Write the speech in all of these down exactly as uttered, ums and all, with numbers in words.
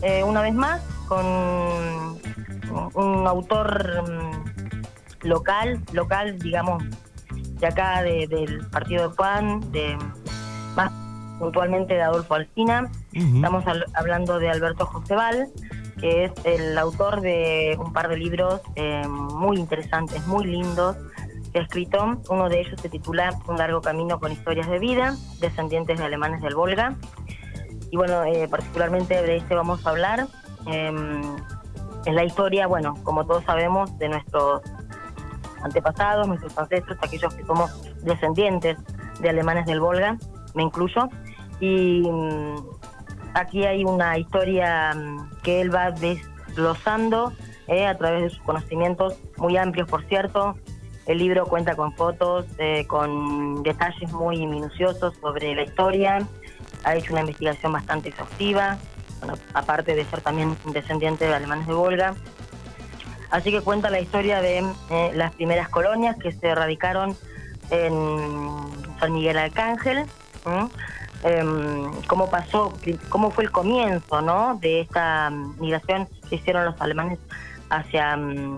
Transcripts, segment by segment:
eh, una vez más con un autor um, local, local, digamos, de acá, de, del partido de Puan, de, más puntualmente de Adolfo Alsina. Uh-huh. Estamos al, hablando de Alberto Josebal, que es el autor de un par de libros eh, muy interesantes, muy lindos, que ha escrito. Uno de ellos se titula Un largo camino con historias de vida, descendientes de alemanes del Volga. Y bueno, eh, particularmente de este vamos a hablar. Eh, es la historia, bueno, como todos sabemos, de nuestros antepasados, nuestros ancestros, aquellos que somos descendientes de alemanes del Volga, me incluyo. Y um, aquí hay una historia um, que él va desglosando eh, a través de sus conocimientos muy amplios, por cierto. El libro cuenta con fotos, eh, con detalles muy minuciosos sobre la historia. Ha hecho una investigación bastante exhaustiva, bueno, aparte de ser también descendiente de alemanes de Volga. Así que cuenta la historia de eh, las primeras colonias que se radicaron en San Miguel Arcángel, ¿eh? Eh, cómo pasó, cómo fue el comienzo, ¿no?, de esta migración que hicieron los alemanes hacia,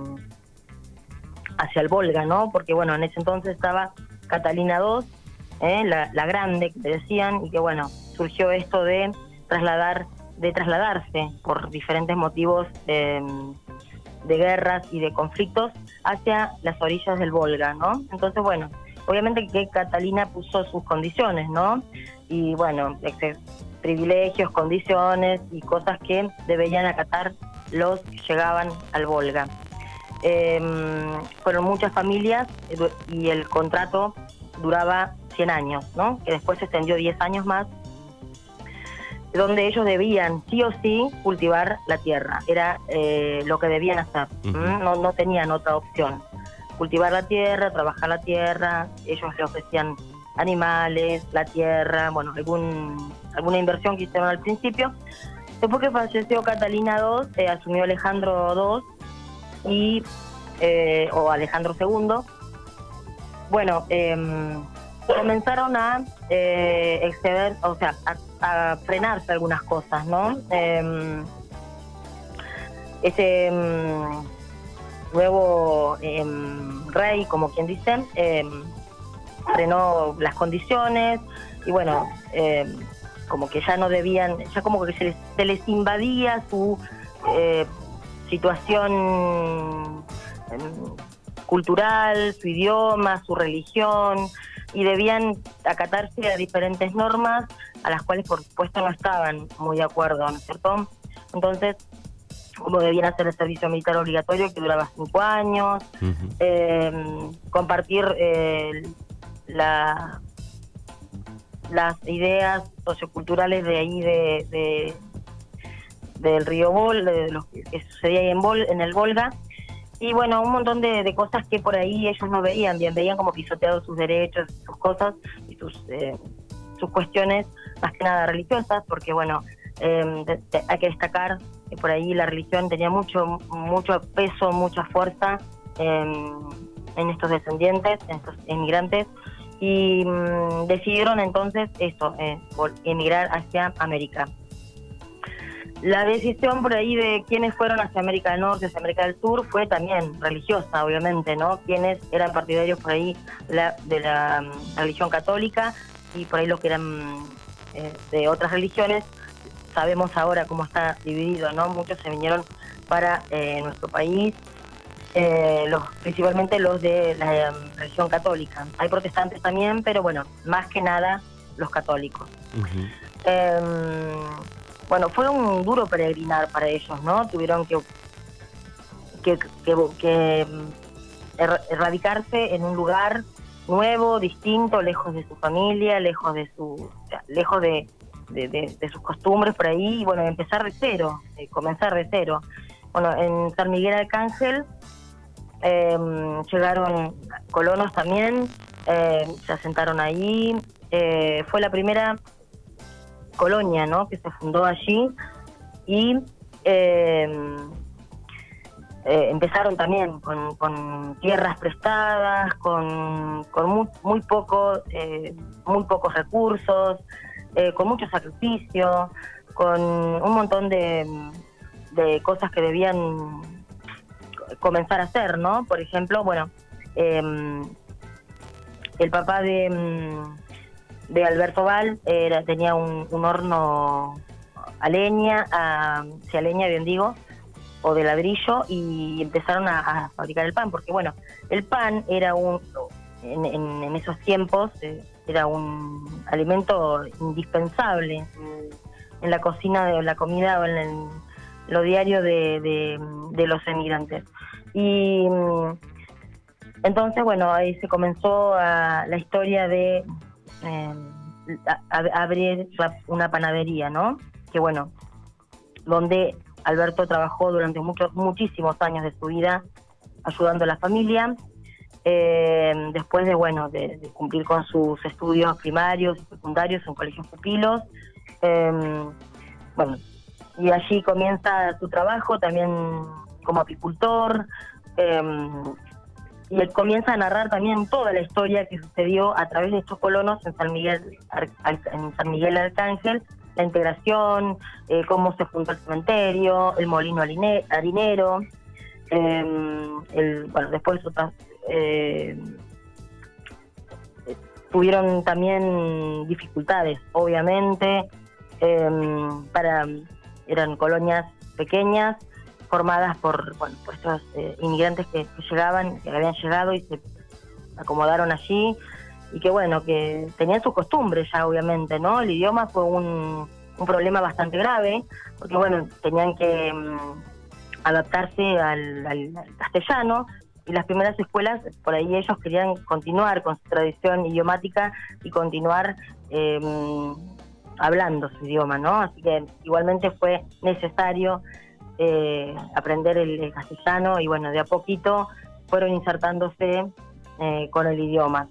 hacia el Volga, ¿no? Porque, bueno, en ese entonces estaba Catalina segundo, ¿eh? la, la grande, que decían, y que, bueno, surgió esto de trasladar, de trasladarse por diferentes motivos eh, de guerras y de conflictos hacia las orillas del Volga, ¿no? Entonces, bueno, obviamente que Catalina puso sus condiciones, ¿no? Y bueno, privilegios, condiciones y cosas que debían acatar los que llegaban al Volga. Eh, fueron muchas familias y el contrato duraba cien años, ¿no? Que después se extendió diez años más, donde ellos debían sí o sí cultivar la tierra. Era eh, lo que debían hacer. Uh-huh. no, no tenían otra opción. Cultivar la tierra, trabajar la tierra. Ellos le ofrecían animales, la tierra, bueno, algún, alguna inversión que hicieron al principio. Después que falleció Catalina segundo, eh, asumió Alejandro segundo y eh, o Alejandro segundo. Bueno, eh, comenzaron a eh, exceder, o sea, a, a frenarse algunas cosas, ¿no? Eh, ese um, nuevo eh, rey, como quien dice, eh, frenó las condiciones y bueno, eh, como que ya no debían, ya como que se les, se les invadía su eh, situación eh, cultural, su idioma, su religión, y debían acatarse a diferentes normas a las cuales por supuesto no estaban muy de acuerdo, ¿no es cierto? Entonces, como debían hacer el servicio militar obligatorio que duraba cinco años, uh-huh. eh, compartir eh, la, las ideas socioculturales de ahí de, de del río Volga, de lo que sucedía ahí en, Vol, en el Volga. Y bueno, un montón de, de cosas que por ahí ellos no veían bien, veían como pisoteados sus derechos, sus cosas y sus, eh, sus cuestiones, más que nada religiosas, porque bueno, eh, de, de, hay que destacar que por ahí la religión tenía mucho mucho peso, mucha fuerza eh, en estos descendientes, en estos inmigrantes, y mm, decidieron entonces esto, eh, emigrar hacia América. La decisión por ahí de quiénes fueron hacia América del Norte, hacia América del Sur, fue también religiosa, obviamente, ¿no? Quienes eran partidarios por ahí la, de la um, religión católica y por ahí los que eran eh, de otras religiones. Sabemos ahora cómo está dividido, ¿no? Muchos se vinieron para eh, nuestro país, eh, los, principalmente los de la um, religión católica. Hay protestantes también, pero bueno, más que nada los católicos. Uh-huh. Eh, Bueno, fue un duro peregrinar para ellos, ¿no? Tuvieron que, que, que, que erradicarse en un lugar nuevo, distinto, lejos de su familia, lejos de su, o sea, lejos de, de, de, de sus costumbres por ahí, y bueno, empezar de cero, de comenzar de cero. Bueno, en San Miguel Arcángel eh, llegaron colonos también, eh, se asentaron ahí, eh, fue la primera colonia, ¿no?, que se fundó allí, y eh, eh, empezaron también con, con tierras prestadas, con, con muy, muy poco, eh, muy pocos recursos, eh, con mucho sacrificio, con un montón de, de cosas que debían comenzar a hacer, ¿no? Por ejemplo, bueno, eh, el papá de, de Alberto Val era, tenía un, un horno a leña, a, sí, a leña, bien digo, o de ladrillo, y empezaron a, a fabricar el pan, porque bueno, el pan era un, en, en, en esos tiempos, eh, era un alimento indispensable en, en la cocina, de la comida o en el, lo diario de, de, de los emigrantes. Y entonces, bueno, ahí se comenzó a, la historia de eh, a, a abrir una panadería, ¿no? Que bueno, donde Alberto trabajó durante muchos, muchísimos años de su vida ayudando a la familia. Eh, después de, bueno, de, de cumplir con sus estudios primarios y secundarios en colegios pupilos. Eh, bueno, y allí comienza su trabajo también como apicultor. Eh, y él comienza a narrar también toda la historia que sucedió a través de estos colonos en San Miguel, en San Miguel Arcángel, la integración, eh, cómo se fundó el cementerio, el molino harinero, eh, el, bueno, después otras, eh, tuvieron también dificultades, obviamente, eh, para eran colonias pequeñas, formadas por, bueno, por estos eh, inmigrantes que, que llegaban, que habían llegado y se acomodaron allí, y que bueno, que tenían sus costumbres ya, obviamente, ¿no? El idioma fue un, un problema bastante grave, porque bueno, tenían que um, adaptarse al, al, al castellano, y las primeras escuelas, por ahí ellos querían continuar con su tradición idiomática y continuar eh, hablando su idioma, ¿no? Así que igualmente fue necesario eh, aprender el, el castellano, y bueno, de a poquito fueron insertándose eh, con el idioma.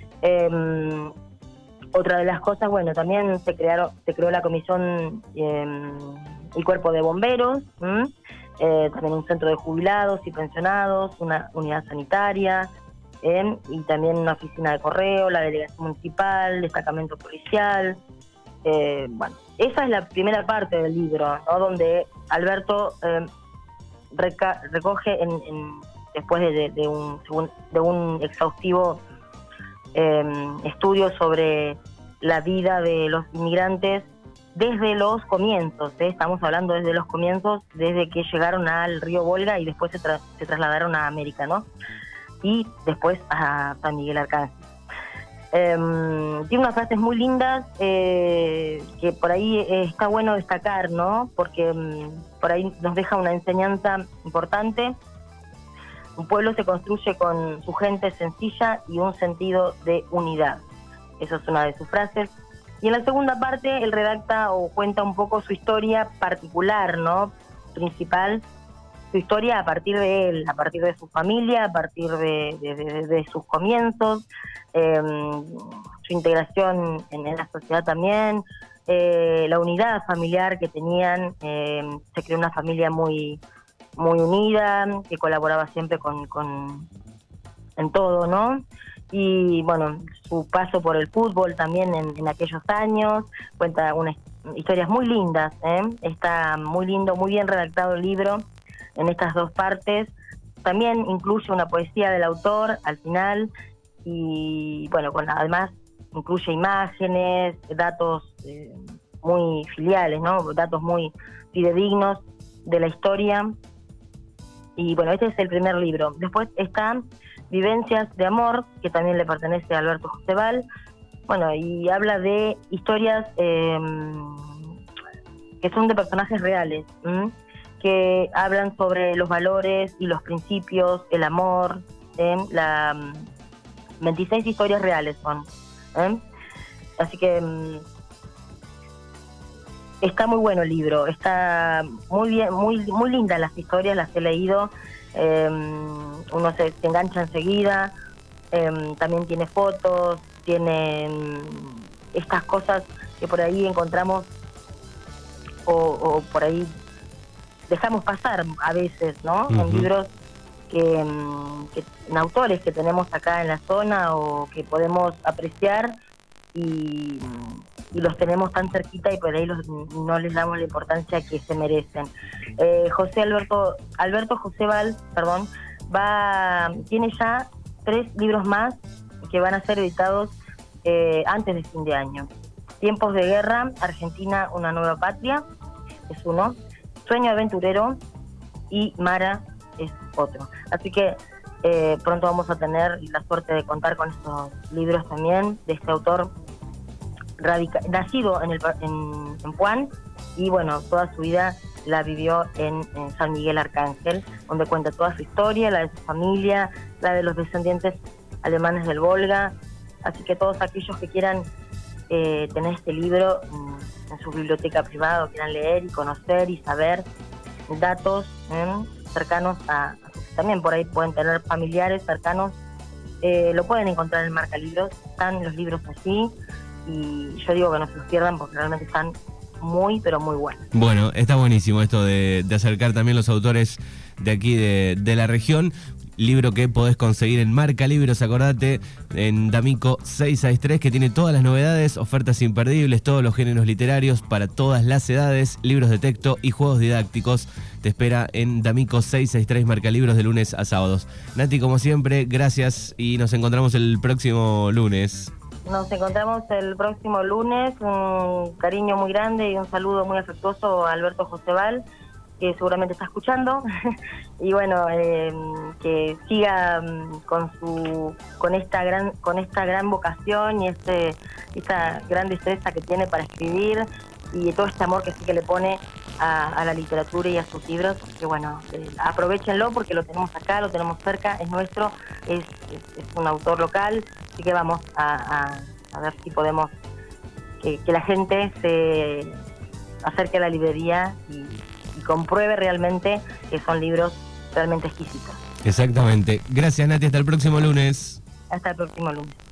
Eh, otra de las cosas, bueno, también se crearon, se creó la comisión eh, y cuerpo de bomberos, ¿m? Eh, también un centro de jubilados y pensionados, una unidad sanitaria, eh, y también una oficina de correo, la delegación municipal, destacamento policial. Eh, bueno, esa es la primera parte del libro, ¿no? Donde Alberto eh, reca recoge en, en, después de, de, de, un, de un exhaustivo eh, estudio sobre la vida de los inmigrantes desde los comienzos, ¿eh? Estamos hablando desde los comienzos, desde que llegaron al río Volga y después se, tra se trasladaron a América, ¿no? Y después a San Miguel Arcángel. Eh, tiene unas frases muy lindas eh, que por ahí eh, está bueno destacar, ¿no? Porque eh, por ahí nos deja una enseñanza importante. Un pueblo se construye con su gente sencilla y un sentido de unidad. Esa es una de sus frases. Y en la segunda parte él redacta o cuenta un poco su historia particular, ¿no? Principal, su historia a partir de él, a partir de su familia, a partir de, de, de, de sus comienzos, eh, su integración en, en la sociedad también, eh, la unidad familiar que tenían. Eh, se creó una familia muy, muy unida, que colaboraba siempre con, con en todo, ¿no? Y bueno, su paso por el fútbol también en, en aquellos años, cuenta unas historias muy lindas, ¿eh? Está muy lindo, muy bien redactado el libro en estas dos partes. También incluye una poesía del autor al final, y bueno, con, además incluye imágenes, datos eh, muy filiales, ¿no? Datos muy fidedignos de la historia. Y bueno, este es el primer libro. Después está Vivencias de Amor, que también le pertenece a Alberto José Val. Bueno, y habla de historias eh, que son de personajes reales, ¿m? que hablan sobre los valores y los principios, el amor, ¿eh? La, veintiséis historias reales son. ¿eh? Así que está muy bueno el libro, está muy bien, muy muy lindas las historias, las he leído. Eh, uno se, se engancha enseguida. Eh, también tiene fotos, tiene estas cosas que por ahí encontramos o, o por ahí dejamos pasar a veces, ¿no? Uh-huh. En libros que, que en autores que tenemos acá en la zona o que podemos apreciar, y y los tenemos tan cerquita y por ahí los, no les damos la importancia que se merecen. Eh, José Alberto, Alberto José Val, perdón, va, tiene ya tres libros más que van a ser editados eh, antes de fin de año. Tiempos de guerra, Argentina, una nueva patria, es uno. Sueño aventurero y Mara es otro. Así que eh, pronto vamos a tener la suerte de contar con estos libros también de este autor radica nacido en, el, en, en Puan y bueno, toda su vida la vivió en, en San Miguel Arcángel, donde cuenta toda su historia, la de su familia, la de los descendientes alemanes del Volga. Así que todos aquellos que quieran eh, tener este libro en su biblioteca privada, quieran leer y conocer y saber datos ¿eh? cercanos a, a también por ahí pueden tener familiares cercanos, eh, lo pueden encontrar en Marca Libros, están los libros así y yo digo que no se los pierdan porque realmente están muy pero muy buenos. Bueno, está buenísimo esto de, de acercar también los autores de aquí de, de la región. Libro que podés conseguir en Marca Libros, acordate, en D'Amico seiscientos sesenta y tres, que tiene todas las novedades, ofertas imperdibles, todos los géneros literarios para todas las edades, libros de texto y juegos didácticos. Te espera en D'Amico seiscientos sesenta y tres, Marca Libros, de lunes a sábados. Nati, como siempre, gracias y nos encontramos el próximo lunes. Nos encontramos el próximo lunes. Un cariño muy grande y un saludo muy afectuoso a Alberto José Val, que seguramente está escuchando, y bueno, eh, que siga con su con esta gran con esta gran vocación y este esta gran destreza que tiene para escribir y todo este amor que sí que le pone a, a la literatura y a sus libros, que bueno, eh, aprovechenlo porque lo tenemos acá, lo tenemos cerca, es nuestro, es, es, es un autor local, así que vamos a, a, a ver si podemos que, que la gente se acerque a la librería y y compruebe realmente que son libros realmente exquisitos. Exactamente. Gracias, Nati. Hasta el próximo lunes. Hasta el próximo lunes.